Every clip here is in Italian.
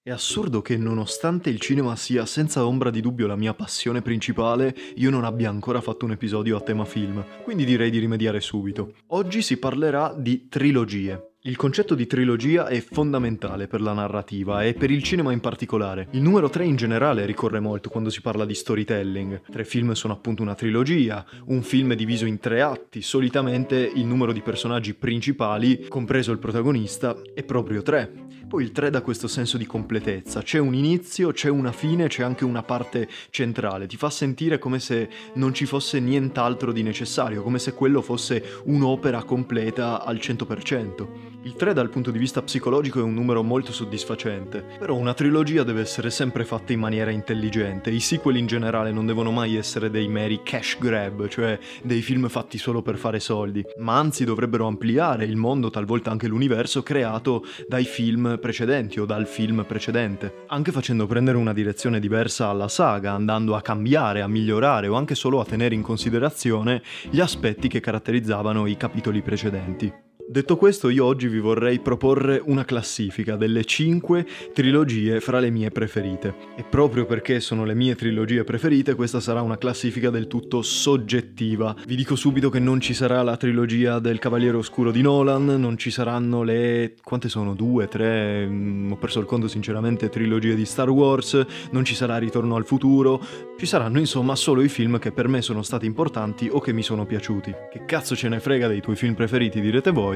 È assurdo che nonostante il cinema sia senza ombra di dubbio la mia passione principale, io non abbia ancora fatto un episodio a tema film, quindi direi di rimediare subito. Oggi si parlerà di trilogie. Il concetto di trilogia è fondamentale per la narrativa e per il cinema in particolare. Il numero 3 in generale ricorre molto quando si parla di storytelling. 3 film sono appunto una trilogia, un film è diviso in 3 atti, solitamente il numero di personaggi principali, compreso il protagonista, è proprio 3. Poi il 3 dà questo senso di completezza, c'è un inizio, c'è una fine, c'è anche una parte centrale, ti fa sentire come se non ci fosse nient'altro di necessario, come se quello fosse un'opera completa al 100%. Il 3 dal punto di vista psicologico è un numero molto soddisfacente, però una trilogia deve essere sempre fatta in maniera intelligente, i sequel in generale non devono mai essere dei meri cash grab, cioè dei film fatti solo per fare soldi, ma anzi dovrebbero ampliare il mondo, talvolta anche l'universo creato dai film precedenti o dal film precedente, anche facendo prendere una direzione diversa alla saga, andando a cambiare, a migliorare o anche solo a tenere in considerazione gli aspetti che caratterizzavano i capitoli precedenti. Detto questo, io oggi vi vorrei proporre una classifica delle 5 trilogie fra le mie preferite. E proprio perché sono le mie trilogie preferite, questa sarà una classifica del tutto soggettiva. Vi dico subito che non ci sarà la trilogia del Cavaliere Oscuro di Nolan, non ci saranno le... quante sono? 2, 3? Ho perso il conto sinceramente, trilogie di Star Wars, non ci sarà Ritorno al futuro, ci saranno insomma solo i film che per me sono stati importanti o che mi sono piaciuti. Che cazzo ce ne frega dei tuoi film preferiti, direte voi?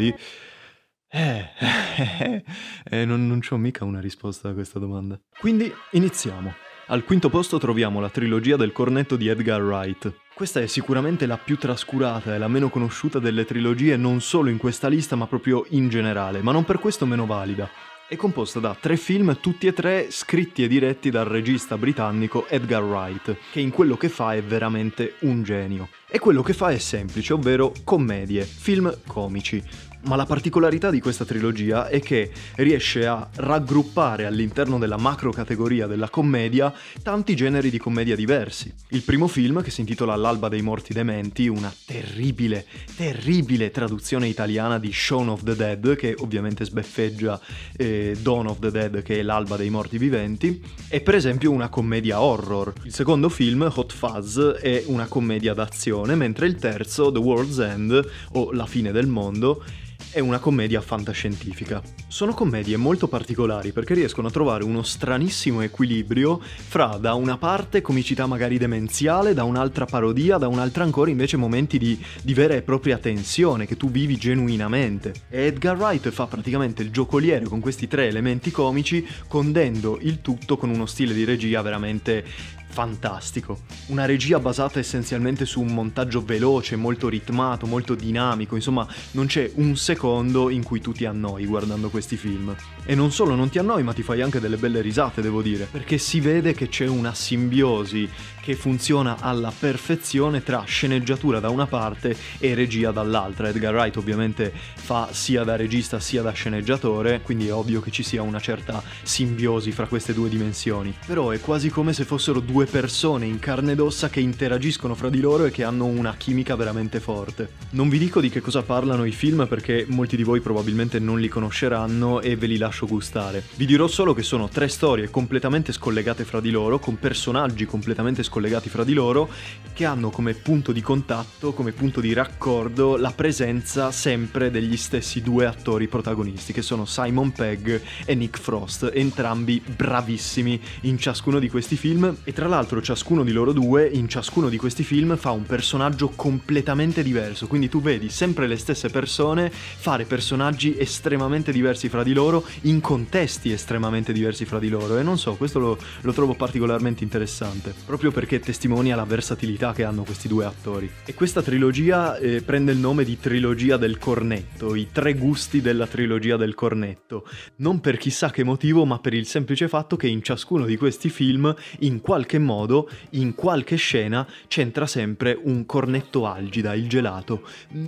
Non c'ho mica una risposta a questa domanda. Quindi iniziamo. Al quinto posto troviamo la trilogia del cornetto di Edgar Wright. Questa è sicuramente la più trascurata e la meno conosciuta delle trilogie non solo in questa lista ma proprio in generale, ma non per questo meno valida. È composta da 3 film, tutti e 3 scritti e diretti dal regista britannico Edgar Wright, che in quello che fa è veramente un genio. E quello che fa è semplice, ovvero commedie, film comici. Ma la particolarità di questa trilogia è che riesce a raggruppare all'interno della macro categoria della commedia tanti generi di commedia diversi. Il primo film, che si intitola L'alba dei morti dementi, una terribile, terribile traduzione italiana di Shaun of the Dead, che ovviamente sbeffeggia Dawn of the Dead, che è l'alba dei morti viventi, è per esempio una commedia horror. Il secondo film, Hot Fuzz, è una commedia d'azione, mentre il terzo, The World's End, o La fine del mondo, è una commedia fantascientifica. Sono commedie molto particolari perché riescono a trovare uno stranissimo equilibrio fra, da una parte, comicità magari demenziale, da un'altra parodia, da un'altra ancora invece momenti di vera e propria tensione che tu vivi genuinamente. E Edgar Wright fa praticamente il giocoliere con questi 3 elementi comici, condendo il tutto con uno stile di regia veramente fantastico. Una regia basata essenzialmente su un montaggio veloce, molto ritmato, molto dinamico, insomma non c'è un secondo in cui tu ti annoi guardando questi film. E non solo non ti annoi, ma ti fai anche delle belle risate, devo dire, perché si vede che c'è una simbiosi che funziona alla perfezione tra sceneggiatura da una parte e regia dall'altra. Edgar Wright ovviamente fa sia da regista sia da sceneggiatore, quindi è ovvio che ci sia una certa simbiosi fra queste due dimensioni. Però è quasi come se fossero 2 persone in carne ed ossa che interagiscono fra di loro e che hanno una chimica veramente forte. Non vi dico di che cosa parlano i film perché molti di voi probabilmente non li conosceranno e ve li lascio gustare. Vi dirò solo che sono 3 storie completamente scollegate fra di loro, con personaggi completamente scollegati fra di loro, che hanno come punto di contatto, come punto di raccordo, la presenza sempre degli stessi 2 attori protagonisti, che sono Simon Pegg e Nick Frost, entrambi bravissimi in ciascuno di questi film, e tra l'altro ciascuno di loro due in ciascuno di questi film fa un personaggio completamente diverso, quindi tu vedi sempre le stesse persone fare personaggi estremamente diversi fra di loro in contesti estremamente diversi fra di loro, e non so, questo lo trovo particolarmente interessante, proprio perché testimonia la versatilità che hanno questi 2 attori. E questa trilogia prende il nome di trilogia del cornetto, i 3 gusti della trilogia del cornetto, non per chissà che motivo, ma per il semplice fatto che in ciascuno di questi film, in qualche modo, in qualche scena, c'entra sempre un cornetto algida, il gelato.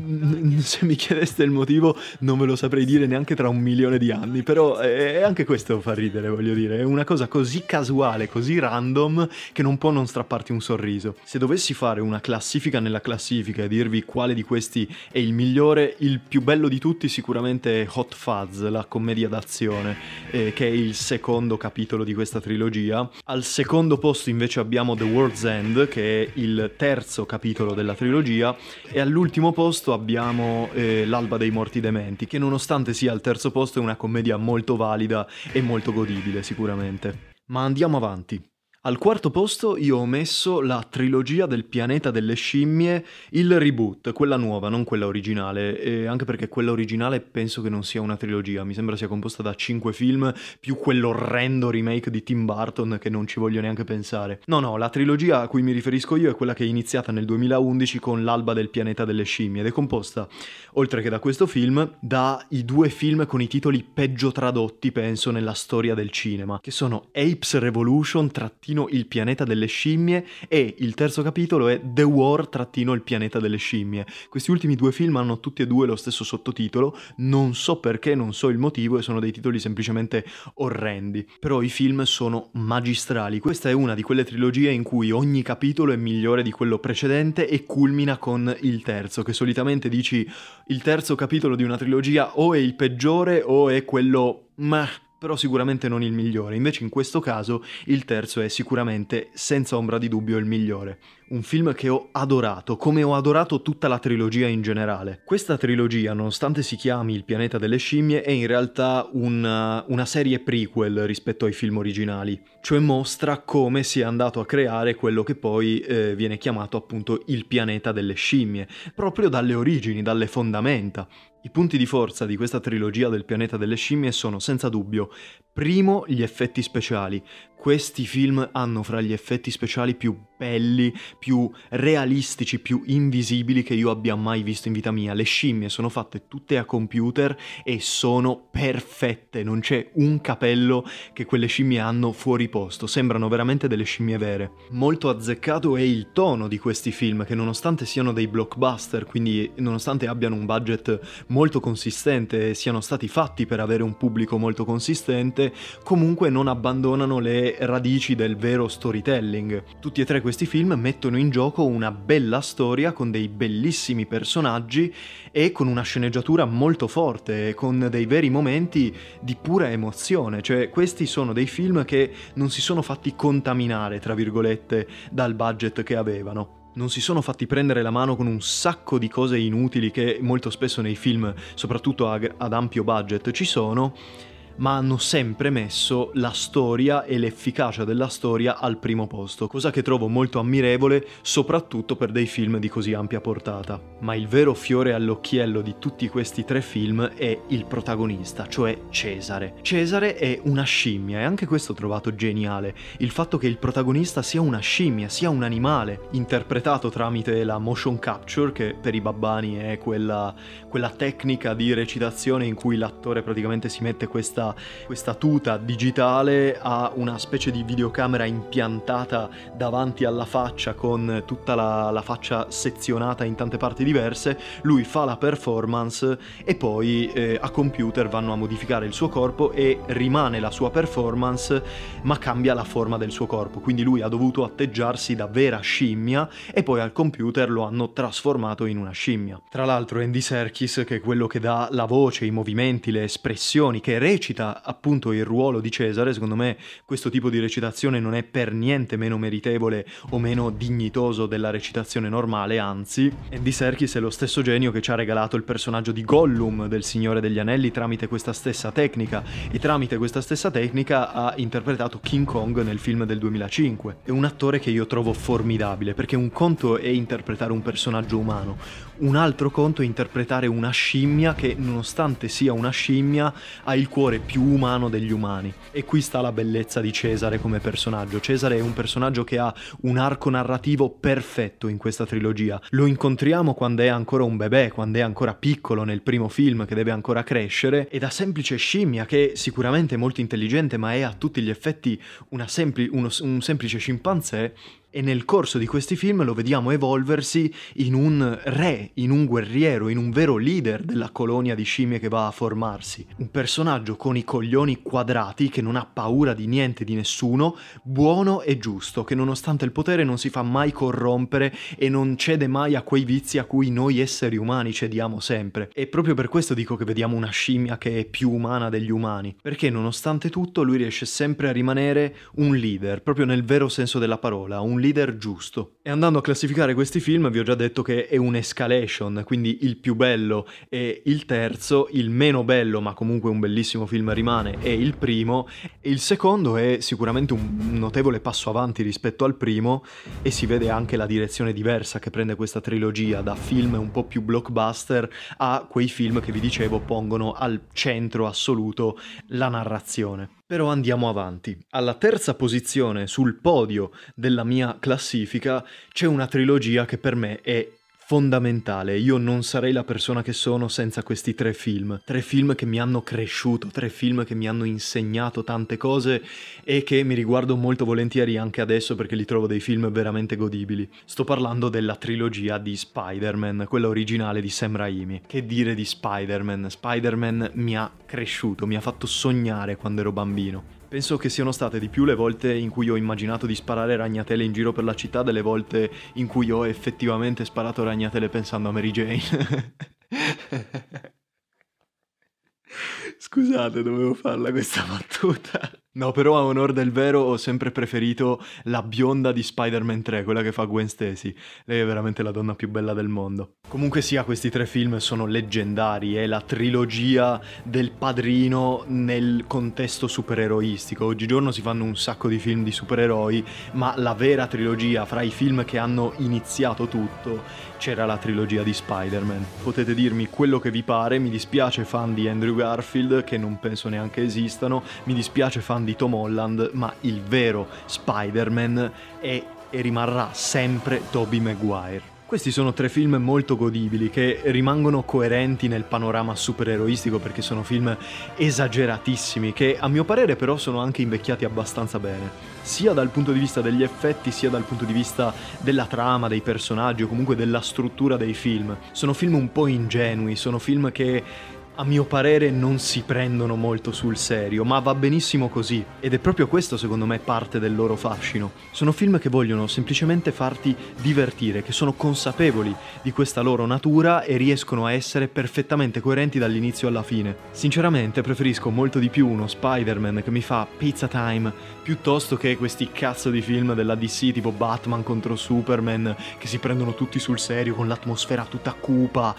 Se mi chiedeste il motivo non ve lo saprei dire neanche tra 1.000.000 di anni, però anche questo fa ridere, voglio dire, è una cosa così casuale, così random, che non può non strappare strapparti un sorriso. Se dovessi fare una classifica nella classifica e dirvi quale di questi è il migliore, il più bello di tutti sicuramente è Hot Fuzz, la commedia d'azione, che è il secondo capitolo di questa trilogia. Al secondo posto invece abbiamo The World's End, che è il terzo capitolo della trilogia, e all'ultimo posto abbiamo L'Alba dei Morti Dementi, che nonostante sia al terzo posto è una commedia molto valida e molto godibile sicuramente. Ma andiamo avanti. Al quarto posto io ho messo la trilogia del pianeta delle scimmie, il reboot, quella nuova, non quella originale, e anche perché quella originale penso che non sia una trilogia, mi sembra sia composta da 5 film, più quell'orrendo remake di Tim Burton che non ci voglio neanche pensare. No, la trilogia a cui mi riferisco io è quella che è iniziata nel 2011 con L'Alba del pianeta delle scimmie, ed è composta, oltre che da questo film, dai 2 film con i titoli peggio tradotti, penso, nella storia del cinema, che sono Apes Revolution _ il pianeta delle scimmie, e il terzo capitolo è The War _ il pianeta delle scimmie. Questi ultimi 2 film hanno tutti e 2 lo stesso sottotitolo, non so perché, non so il motivo, e sono dei titoli semplicemente orrendi. Però i film sono magistrali. Questa è una di quelle trilogie in cui ogni capitolo è migliore di quello precedente e culmina con il terzo, che solitamente dici il terzo capitolo di una trilogia o è il peggiore o è quello però sicuramente non il migliore. Invece in questo caso il terzo è sicuramente, senza ombra di dubbio, il migliore. Un film che ho adorato, come ho adorato tutta la trilogia in generale. Questa trilogia, nonostante si chiami Il pianeta delle scimmie, è in realtà una serie prequel rispetto ai film originali, cioè mostra come si è andato a creare quello che poi viene chiamato appunto il pianeta delle scimmie, proprio dalle origini, dalle fondamenta. I punti di forza di questa trilogia del pianeta delle scimmie sono senza dubbio: primo, gli effetti speciali. Questi film hanno fra gli effetti speciali più belli, più realistici, più invisibili che io abbia mai visto in vita mia. Le scimmie sono fatte tutte a computer e sono perfette, non c'è un capello che quelle scimmie hanno fuori posto, sembrano veramente delle scimmie vere. Molto azzeccato è il tono di questi film, che nonostante siano dei blockbuster, quindi nonostante abbiano un budget molto consistente e siano stati fatti per avere un pubblico molto consistente, comunque non abbandonano le radici del vero storytelling. Tutti e 3 questi film mettono in gioco una bella storia con dei bellissimi personaggi e con una sceneggiatura molto forte, con dei veri momenti di pura emozione. Cioè, questi sono dei film che non si sono fatti contaminare, tra virgolette, dal budget che avevano. Non si sono fatti prendere la mano con un sacco di cose inutili che molto spesso nei film, soprattutto ad ampio budget, ci sono, ma hanno sempre messo la storia e l'efficacia della storia al primo posto, cosa che trovo molto ammirevole, soprattutto per dei film di così ampia portata. Ma il vero fiore all'occhiello di tutti questi 3 film è il protagonista, cioè Cesare. Cesare è una scimmia, e anche questo ho trovato geniale, il fatto che il protagonista sia una scimmia, sia un animale, interpretato tramite la motion capture, che per i babbani è quella tecnica di recitazione in cui l'attore praticamente si mette questa tuta digitale, a una specie di videocamera impiantata davanti alla faccia con tutta la faccia sezionata in tante parti diverse. Lui fa la performance e poi a computer vanno a modificare il suo corpo e rimane la sua performance ma cambia la forma del suo corpo, quindi lui ha dovuto atteggiarsi da vera scimmia e poi al computer lo hanno trasformato in una scimmia. Tra l'altro Andy Serkis, che è quello che dà la voce, i movimenti, le espressioni, che recita appunto il ruolo di Cesare, secondo me questo tipo di recitazione non è per niente meno meritevole o meno dignitoso della recitazione normale, anzi. Andy Serkis è lo stesso genio che ci ha regalato il personaggio di Gollum del Signore degli Anelli tramite questa stessa tecnica, e tramite questa stessa tecnica ha interpretato King Kong nel film del 2005. È un attore che io trovo formidabile, perché un conto è interpretare un personaggio umano, un altro conto è interpretare una scimmia che, nonostante sia una scimmia, ha il cuore più umano degli umani. E qui sta la bellezza di Cesare come personaggio. Cesare è un personaggio che ha un arco narrativo perfetto in questa trilogia. Lo incontriamo quando è ancora un bebè, quando è ancora piccolo nel primo film, che deve ancora crescere, e da semplice scimmia, che sicuramente è molto intelligente ma è a tutti gli effetti un semplice scimpanzé, e nel corso di questi film lo vediamo evolversi in un re, in un guerriero, in un vero leader della colonia di scimmie che va a formarsi. Un personaggio con i coglioni quadrati, che non ha paura di niente, di nessuno, buono e giusto, che nonostante il potere non si fa mai corrompere e non cede mai a quei vizi a cui noi esseri umani cediamo sempre. E proprio per questo dico che vediamo una scimmia che è più umana degli umani, perché nonostante tutto lui riesce sempre a rimanere un leader, proprio nel vero senso della parola, un leader giusto. E andando a classificare questi film vi ho già detto che è un'escalation, quindi il più bello è il terzo, il meno bello ma comunque un bellissimo film rimane è il primo, e il secondo è sicuramente un notevole passo avanti rispetto al primo, e si vede anche la direzione diversa che prende questa trilogia, da film un po' più blockbuster a quei film che vi dicevo pongono al centro assoluto la narrazione. Però andiamo avanti. Alla terza posizione sul podio della mia classifica c'è una trilogia che per me è fondamentale. Io non sarei la persona che sono senza questi tre film che mi hanno cresciuto, tre film che mi hanno insegnato tante cose e che mi riguardo molto volentieri anche adesso perché li trovo dei film veramente godibili. Sto parlando della trilogia di Spider-Man, quella originale di Sam Raimi. Che dire di Spider-Man? Spider-Man mi ha cresciuto, mi ha fatto sognare quando ero bambino. Penso che siano state di più le volte in cui ho immaginato di sparare ragnatele in giro per la città delle volte in cui ho effettivamente sparato ragnatele pensando a Mary Jane. Scusate, dovevo farla questa battuta. No, però a onor del vero ho sempre preferito la bionda di Spider-Man 3, quella che fa Gwen Stacy. Lei è veramente la donna più bella del mondo. Comunque sia, questi tre film sono leggendari, è la trilogia del padrino nel contesto supereroistico. Oggigiorno si fanno un sacco di film di supereroi, ma la vera trilogia, fra i film che hanno iniziato tutto, c'era la trilogia di Spider-Man. Potete dirmi quello che vi pare, mi dispiace fan di Andrew Garfield, che non penso neanche esistano, mi dispiace fan di Tom Holland, ma il vero Spider-Man è e rimarrà sempre Tobey Maguire. Questi sono tre film molto godibili che rimangono coerenti nel panorama supereroistico perché sono film esageratissimi che a mio parere però sono anche invecchiati abbastanza bene, sia dal punto di vista degli effetti sia dal punto di vista della trama, dei personaggi o comunque della struttura dei film. Sono film un po' ingenui, sono film che a mio parere non si prendono molto sul serio, ma va benissimo così. Ed è proprio questo secondo me parte del loro fascino. Sono film che vogliono semplicemente farti divertire, che sono consapevoli di questa loro natura e riescono a essere perfettamente coerenti dall'inizio alla fine. Sinceramente preferisco molto di più uno Spider-Man che mi fa Pizza Time piuttosto che questi cazzo di film della DC tipo Batman contro Superman che si prendono tutti sul serio con l'atmosfera tutta cupa,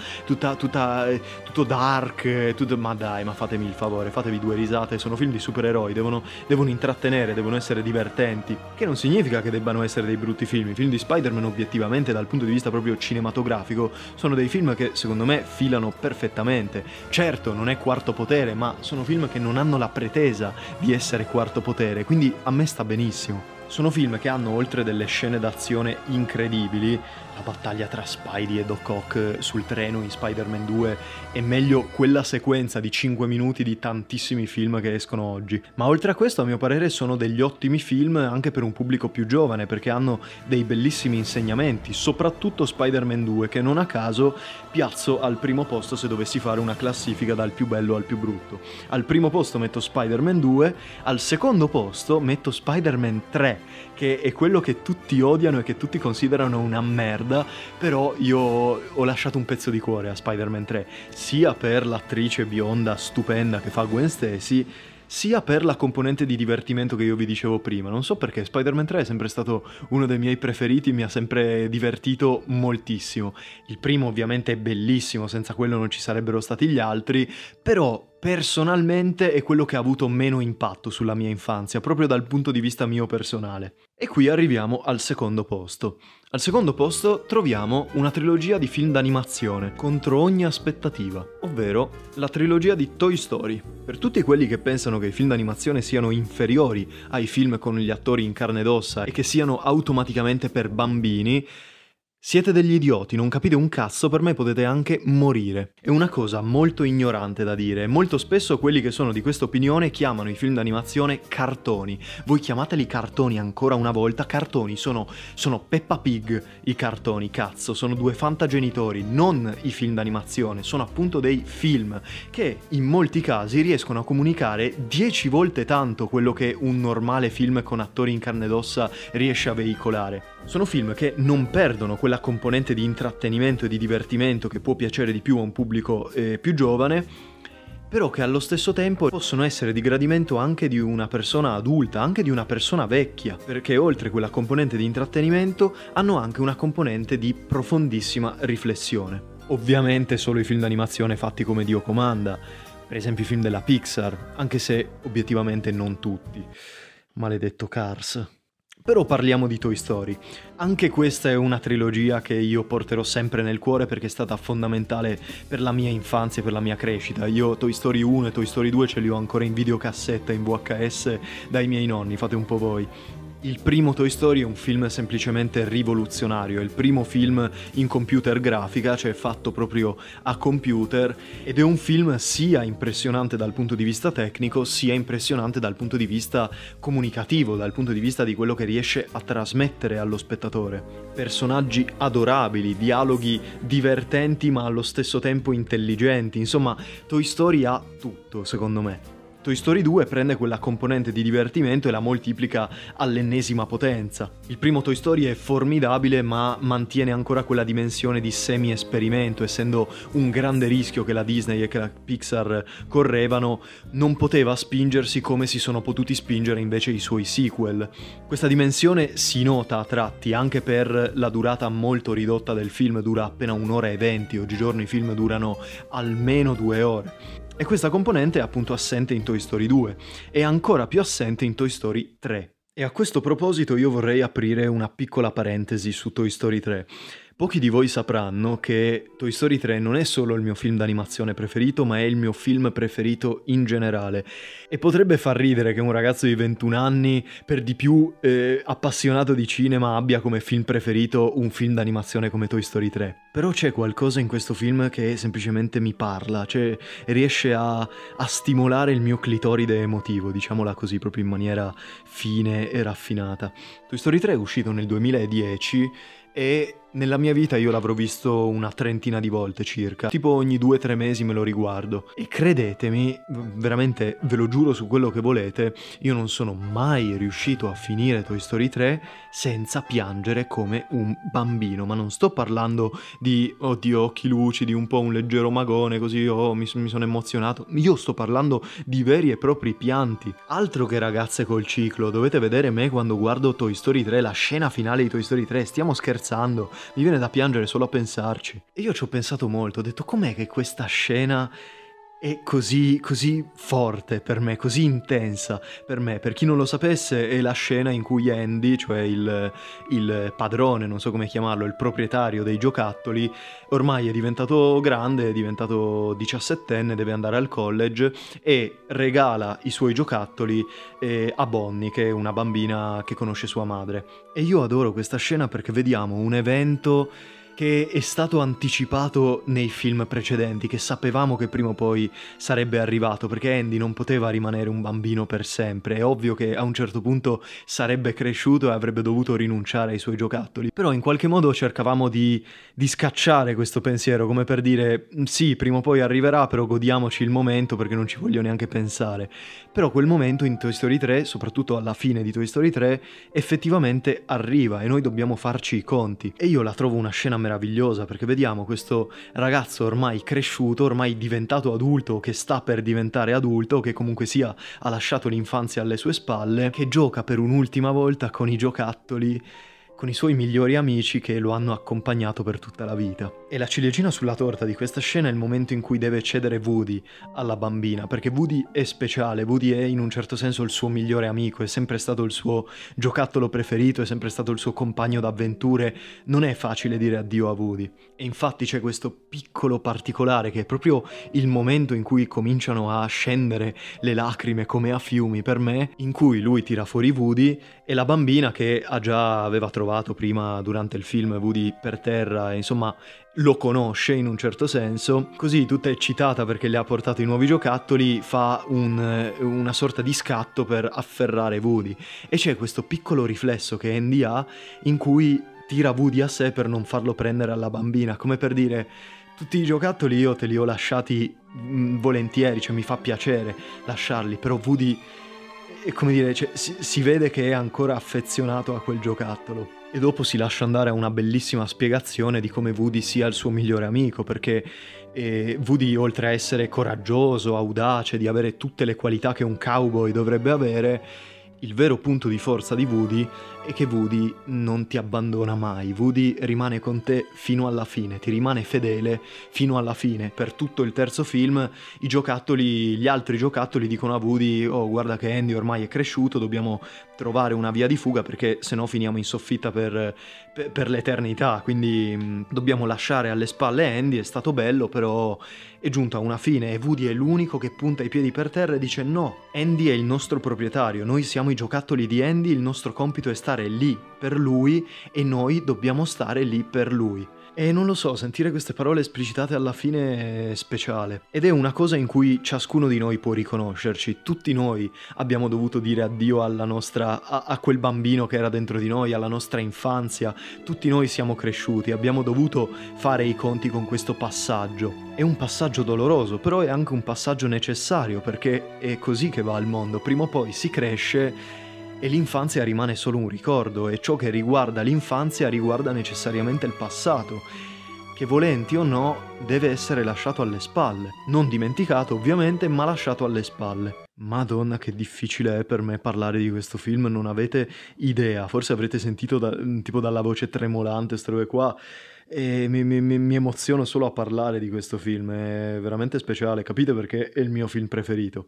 tutto dark. Ma dai, ma fatemi il favore, fatevi due risate, sono film di supereroi, devono intrattenere, devono essere divertenti, che non significa che debbano essere dei brutti film. I film di Spider-Man obiettivamente dal punto di vista proprio cinematografico sono dei film che secondo me filano perfettamente. Certo, non è Quarto Potere, ma sono film che non hanno la pretesa di essere Quarto Potere, quindi a me sta benissimo. Sono film che hanno, oltre delle scene d'azione incredibili, la battaglia tra Spidey e Doc Ock sul treno in Spider-Man 2 è meglio quella sequenza di 5 minuti di tantissimi film che escono oggi. Ma oltre a questo, a mio parere, sono degli ottimi film anche per un pubblico più giovane, perché hanno dei bellissimi insegnamenti, soprattutto Spider-Man 2, che non a caso piazzo al primo posto se dovessi fare una classifica dal più bello al più brutto. Al primo posto metto Spider-Man 2, al secondo posto metto Spider-Man 3, che è quello che tutti odiano e che tutti considerano una merda, però io ho lasciato un pezzo di cuore a Spider-Man 3, sia per l'attrice bionda stupenda che fa Gwen Stacy, sia per la componente di divertimento che io vi dicevo prima. Non so perché Spider-Man 3 è sempre stato uno dei miei preferiti, mi ha sempre divertito moltissimo. Il primo ovviamente è bellissimo, senza quello non ci sarebbero stati gli altri, però personalmente è quello che ha avuto meno impatto sulla mia infanzia, proprio dal punto di vista mio personale. E qui arriviamo al secondo posto. Al secondo posto troviamo una trilogia di film d'animazione contro ogni aspettativa, ovvero la trilogia di Toy Story. Per tutti quelli che pensano che i film d'animazione siano inferiori ai film con gli attori in carne ed ossa e che siano automaticamente per bambini, Siete degli idioti, non capite un cazzo, per me potete anche morire. È una cosa molto ignorante da dire. Molto spesso quelli che sono di questa opinione chiamano i film d'animazione cartoni. Voi chiamateli cartoni ancora una volta, cartoni sono Peppa Pig i cartoni, cazzo, sono due fantagenitori, non i film d'animazione, sono appunto dei film che in molti casi riescono a comunicare 10 volte tanto quello che un normale film con attori in carne ed ossa riesce a veicolare. Sono film che non perdono quella componente di intrattenimento e di divertimento che può piacere di più a un pubblico più giovane, però che allo stesso tempo possono essere di gradimento anche di una persona adulta, anche di una persona vecchia, perché oltre quella componente di intrattenimento hanno anche una componente di profondissima riflessione. Ovviamente solo i film d'animazione fatti come Dio comanda, per esempio i film della Pixar, anche se obiettivamente non tutti. Maledetto Cars. Però parliamo di Toy Story. Anche questa è una trilogia che io porterò sempre nel cuore perché è stata fondamentale per la mia infanzia e per la mia crescita. Io Toy Story 1 e Toy Story 2 ce li ho ancora in videocassetta, in VHS dai miei nonni, fate un po' voi. Il primo Toy Story è un film semplicemente rivoluzionario, è il primo film in computer grafica, cioè fatto proprio a computer, ed è un film sia impressionante dal punto di vista tecnico, sia impressionante dal punto di vista comunicativo, dal punto di vista di quello che riesce a trasmettere allo spettatore. Personaggi adorabili, dialoghi divertenti ma allo stesso tempo intelligenti, insomma Toy Story ha tutto, secondo me. Toy Story 2 prende quella componente di divertimento e la moltiplica all'ennesima potenza. Il primo Toy Story è formidabile ma mantiene ancora quella dimensione di semi-esperimento, essendo un grande rischio che la Disney e che la Pixar correvano, non poteva spingersi come si sono potuti spingere invece i suoi sequel. Questa dimensione si nota a tratti anche per la durata molto ridotta del film, dura appena 1 ora e 20, oggigiorno i film durano almeno 2 ore. E questa componente è appunto assente in Toy Story 2, e ancora più assente in Toy Story 3. E a questo proposito io vorrei aprire una piccola parentesi su Toy Story 3. Pochi di voi sapranno che Toy Story 3 non è solo il mio film d'animazione preferito, ma è il mio film preferito in generale. E potrebbe far ridere che un ragazzo di 21 anni, per di più appassionato di cinema, abbia come film preferito un film d'animazione come Toy Story 3. Però c'è qualcosa in questo film che semplicemente mi parla, cioè riesce a stimolare il mio clitoride emotivo, diciamola così, proprio in maniera fine e raffinata. Toy Story 3 è uscito nel 2010 e nella mia vita io l'avrò visto una trentina di volte circa, tipo ogni 2-3 mesi me lo riguardo, e credetemi, veramente ve lo giuro su quello che volete, io non sono mai riuscito a finire Toy Story 3 senza piangere come un bambino, ma non sto parlando di oddio occhi lucidi, un po' un leggero magone così, mi sono emozionato, io sto parlando di veri e propri pianti. Altro che ragazze col ciclo, dovete vedere me quando guardo Toy Story 3, la scena finale di Toy Story 3, stiamo scherzando, mi viene da piangere solo a pensarci. E io ci ho pensato molto, ho detto com'è che questa scena è così forte per me, così intensa per me. Per chi non lo sapesse, è la scena in cui Andy, cioè il padrone, non so come chiamarlo, il proprietario dei giocattoli, ormai è diventato grande, è diventato 17enne, deve andare al college e regala i suoi giocattoli a Bonnie, che è una bambina che conosce sua madre. E io adoro questa scena perché vediamo un evento che è stato anticipato nei film precedenti, che sapevamo che prima o poi sarebbe arrivato, perché Andy non poteva rimanere un bambino per sempre, è ovvio che a un certo punto sarebbe cresciuto e avrebbe dovuto rinunciare ai suoi giocattoli, però in qualche modo cercavamo di scacciare questo pensiero, come per dire sì, prima o poi arriverà, però godiamoci il momento perché non ci voglio neanche pensare. Però quel momento in Toy Story 3, soprattutto alla fine di Toy Story 3, effettivamente arriva e noi dobbiamo farci i conti, e io la trovo una scena meravigliosa perché vediamo questo ragazzo ormai cresciuto, ormai diventato adulto, che sta per diventare adulto, che comunque sia ha lasciato l'infanzia alle sue spalle, che gioca per un'ultima volta con i giocattoli, con i suoi migliori amici che lo hanno accompagnato per tutta la vita. E la ciliegina sulla torta di questa scena è il momento in cui deve cedere Woody alla bambina, perché Woody è speciale, Woody è in un certo senso il suo migliore amico, è sempre stato il suo giocattolo preferito, è sempre stato il suo compagno d'avventure, non è facile dire addio a Woody. E infatti c'è questo piccolo particolare che è proprio il momento in cui cominciano a scendere le lacrime come a fiumi per me, in cui lui tira fuori Woody e la bambina, che aveva trovato trovato prima durante il film Woody per terra e insomma lo conosce in un certo senso, così tutta eccitata perché le ha portato i nuovi giocattoli fa una sorta di scatto per afferrare Woody e c'è questo piccolo riflesso che Andy ha in cui tira Woody a sé per non farlo prendere alla bambina, come per dire tutti i giocattoli io te li ho lasciati volentieri, cioè mi fa piacere lasciarli, però Woody, come dire, cioè, si vede che è ancora affezionato a quel giocattolo. E dopo si lascia andare a una bellissima spiegazione di come Woody sia il suo migliore amico, perché Woody, oltre a essere coraggioso, audace, di avere tutte le qualità che un cowboy dovrebbe avere, il vero punto di forza di Woody è che Woody non ti abbandona mai. Woody rimane con te fino alla fine, ti rimane fedele fino alla fine. Per tutto il terzo film gli altri giocattoli dicono a Woody: oh, guarda che Andy ormai è cresciuto, dobbiamo trovare una via di fuga perché sennò finiamo in soffitta per l'eternità, quindi dobbiamo lasciare alle spalle Andy. È stato bello, però è giunto a una fine e Woody è l'unico che punta i piedi per terra e dice: no, Andy è il nostro proprietario, noi siamo i giocattoli di Andy, il nostro compito è stare lì per lui e noi dobbiamo stare lì per lui. E non lo so, sentire queste parole esplicitate alla fine è speciale. Ed è una cosa in cui ciascuno di noi può riconoscerci. Tutti noi abbiamo dovuto dire addio alla nostra, a quel bambino che era dentro di noi, alla nostra infanzia. Tutti noi siamo cresciuti, abbiamo dovuto fare i conti con questo passaggio. È un passaggio doloroso, però è anche un passaggio necessario, perché è così che va al mondo. Prima o poi si cresce e l'infanzia rimane solo un ricordo, e ciò che riguarda l'infanzia riguarda necessariamente il passato, che volenti o no deve essere lasciato alle spalle. Non dimenticato ovviamente, ma lasciato alle spalle. Madonna, che difficile è per me parlare di questo film, non avete idea. Forse avrete sentito tipo dalla voce tremolante, queste robe qua, e mi emoziono solo a parlare di questo film. È veramente speciale, capite perché è il mio film preferito.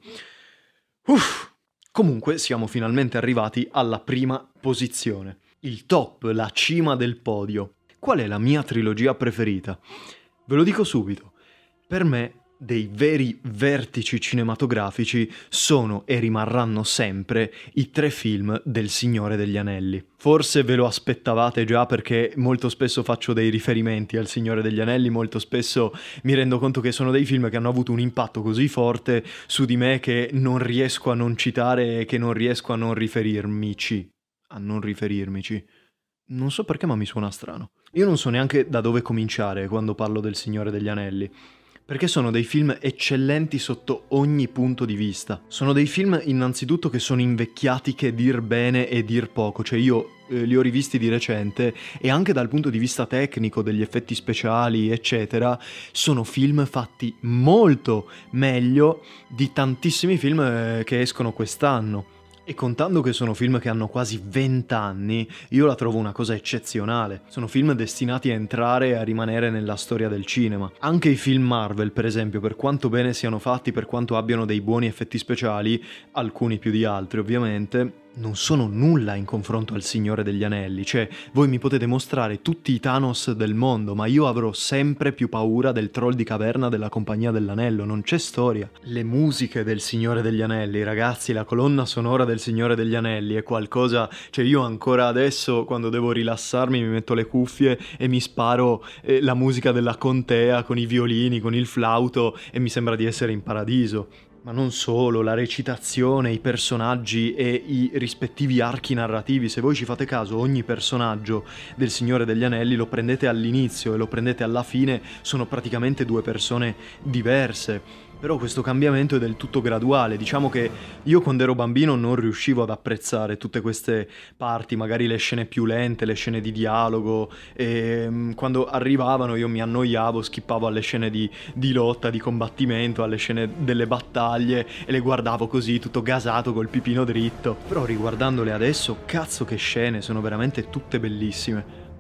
Uff! Comunque siamo finalmente arrivati alla prima posizione. Il top, la cima del podio. Qual è la mia trilogia preferita? Ve lo dico subito. Per me, dei veri vertici cinematografici sono e rimarranno sempre i 3 film del Signore degli Anelli. Forse ve lo aspettavate già, perché molto spesso faccio dei riferimenti al Signore degli Anelli, molto spesso mi rendo conto che sono dei film che hanno avuto un impatto così forte su di me che non riesco a non citare e che non riesco a non riferirmici. Non so perché, ma mi suona strano. Io non so neanche da dove cominciare quando parlo del Signore degli Anelli, perché sono dei film eccellenti sotto ogni punto di vista. Sono dei film innanzitutto che sono invecchiati che dir bene e dir poco, cioè io li ho rivisti di recente e anche dal punto di vista tecnico, degli effetti speciali eccetera, sono film fatti molto meglio di tantissimi film che escono quest'anno. E contando che sono film che hanno quasi 20 anni, io la trovo una cosa eccezionale. Sono film destinati a entrare e a rimanere nella storia del cinema. Anche i film Marvel, per esempio, per quanto bene siano fatti, per quanto abbiano dei buoni effetti speciali, alcuni più di altri ovviamente, non sono nulla in confronto al Signore degli Anelli. Cioè, voi mi potete mostrare tutti i Thanos del mondo, ma io avrò sempre più paura del troll di caverna della Compagnia dell'Anello, non c'è storia. Le musiche del Signore degli Anelli, ragazzi, la colonna sonora del Signore degli Anelli è qualcosa... Cioè, io ancora adesso, quando devo rilassarmi, mi metto le cuffie e mi sparo la musica della contea con i violini, con il flauto, e mi sembra di essere in paradiso. Ma non solo, la recitazione, i personaggi e i rispettivi archi narrativi. Se voi ci fate caso, ogni personaggio del Signore degli Anelli lo prendete all'inizio e lo prendete alla fine, sono praticamente 2 persone diverse. Però questo cambiamento è del tutto graduale. Diciamo che io quando ero bambino non riuscivo ad apprezzare tutte queste parti, magari le scene più lente, le scene di dialogo, e quando arrivavano io mi annoiavo, skippavo alle scene di lotta, di combattimento, alle scene delle battaglie e le guardavo così, tutto gasato col pipino dritto. Però riguardandole adesso, cazzo che scene, sono veramente tutte bellissime.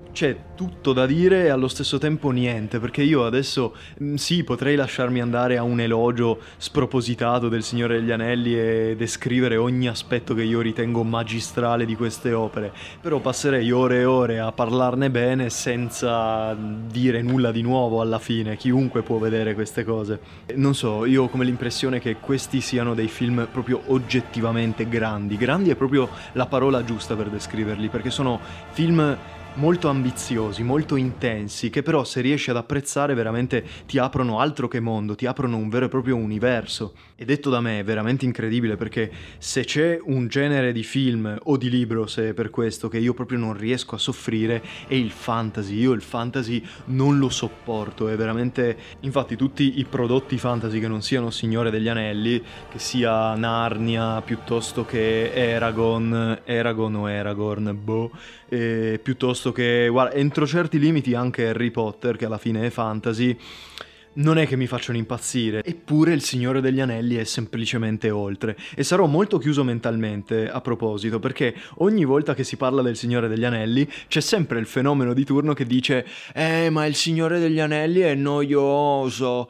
C'è tutto da dire e allo stesso tempo niente, perché io adesso sì, potrei lasciarmi andare a un elogio spropositato del Signore degli Anelli e descrivere ogni aspetto che io ritengo magistrale di queste opere, però passerei ore e ore a parlarne bene senza dire nulla di nuovo alla fine, chiunque può vedere queste cose. Non so, io ho come l'impressione che questi siano dei film proprio oggettivamente grandi, grandi è proprio la parola giusta per descriverli, perché sono film molto ambiziosi, molto intensi, che però se riesci ad apprezzare veramente ti aprono altro che mondo, ti aprono un vero e proprio universo. E detto da me è veramente incredibile perché se c'è un genere di film o di libro, se è per questo, che io proprio non riesco a soffrire, è il fantasy. Io il fantasy non lo sopporto, è veramente... Infatti tutti i prodotti fantasy che non siano Signore degli Anelli, che sia Narnia piuttosto che Eragon o Aragorn, boh, piuttosto che, guarda, entro certi limiti anche Harry Potter, che alla fine è fantasy, non è che mi facciano impazzire, eppure il Signore degli Anelli è semplicemente oltre. E sarò molto chiuso mentalmente a proposito, perché ogni volta che si parla del Signore degli Anelli c'è sempre il fenomeno di turno che dice ma il Signore degli Anelli è noioso.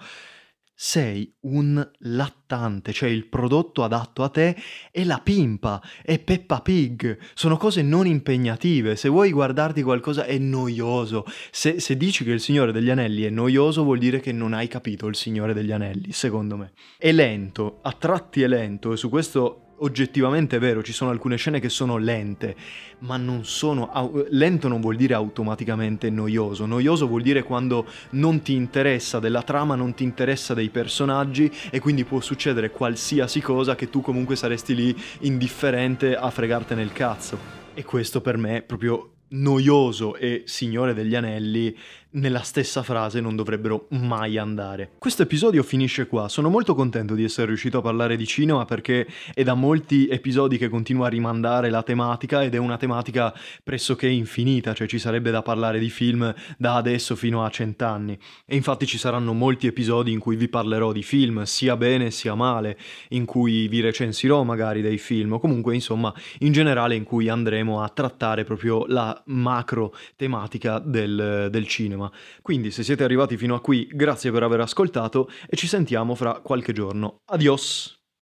Sei un lattante, cioè il prodotto adatto a te è la Pimpa, è Peppa Pig, sono cose non impegnative, se vuoi guardarti qualcosa è noioso, se dici che il Signore degli Anelli è noioso vuol dire che non hai capito il Signore degli Anelli, secondo me. È lento, a tratti è lento e su questo... Oggettivamente è vero, ci sono alcune scene che sono lente, ma non sono... Lento non vuol dire automaticamente noioso. Noioso vuol dire quando non ti interessa della trama, non ti interessa dei personaggi e quindi può succedere qualsiasi cosa che tu comunque saresti lì indifferente a fregartene il cazzo. E questo per me è proprio... Noioso e Signore degli Anelli nella stessa frase non dovrebbero mai andare. Questo episodio finisce qua, sono molto contento di essere riuscito a parlare di cinema perché è da molti episodi che continuo a rimandare la tematica ed è una tematica pressoché infinita, cioè ci sarebbe da parlare di film da adesso fino a 100 anni. E infatti ci saranno molti episodi in cui vi parlerò di film, sia bene sia male, in cui vi recensirò magari dei film, o comunque insomma in generale in cui andremo a trattare proprio la macro tematica del cinema. Quindi se siete arrivati fino a qui, grazie per aver ascoltato e ci sentiamo fra qualche giorno. Adios!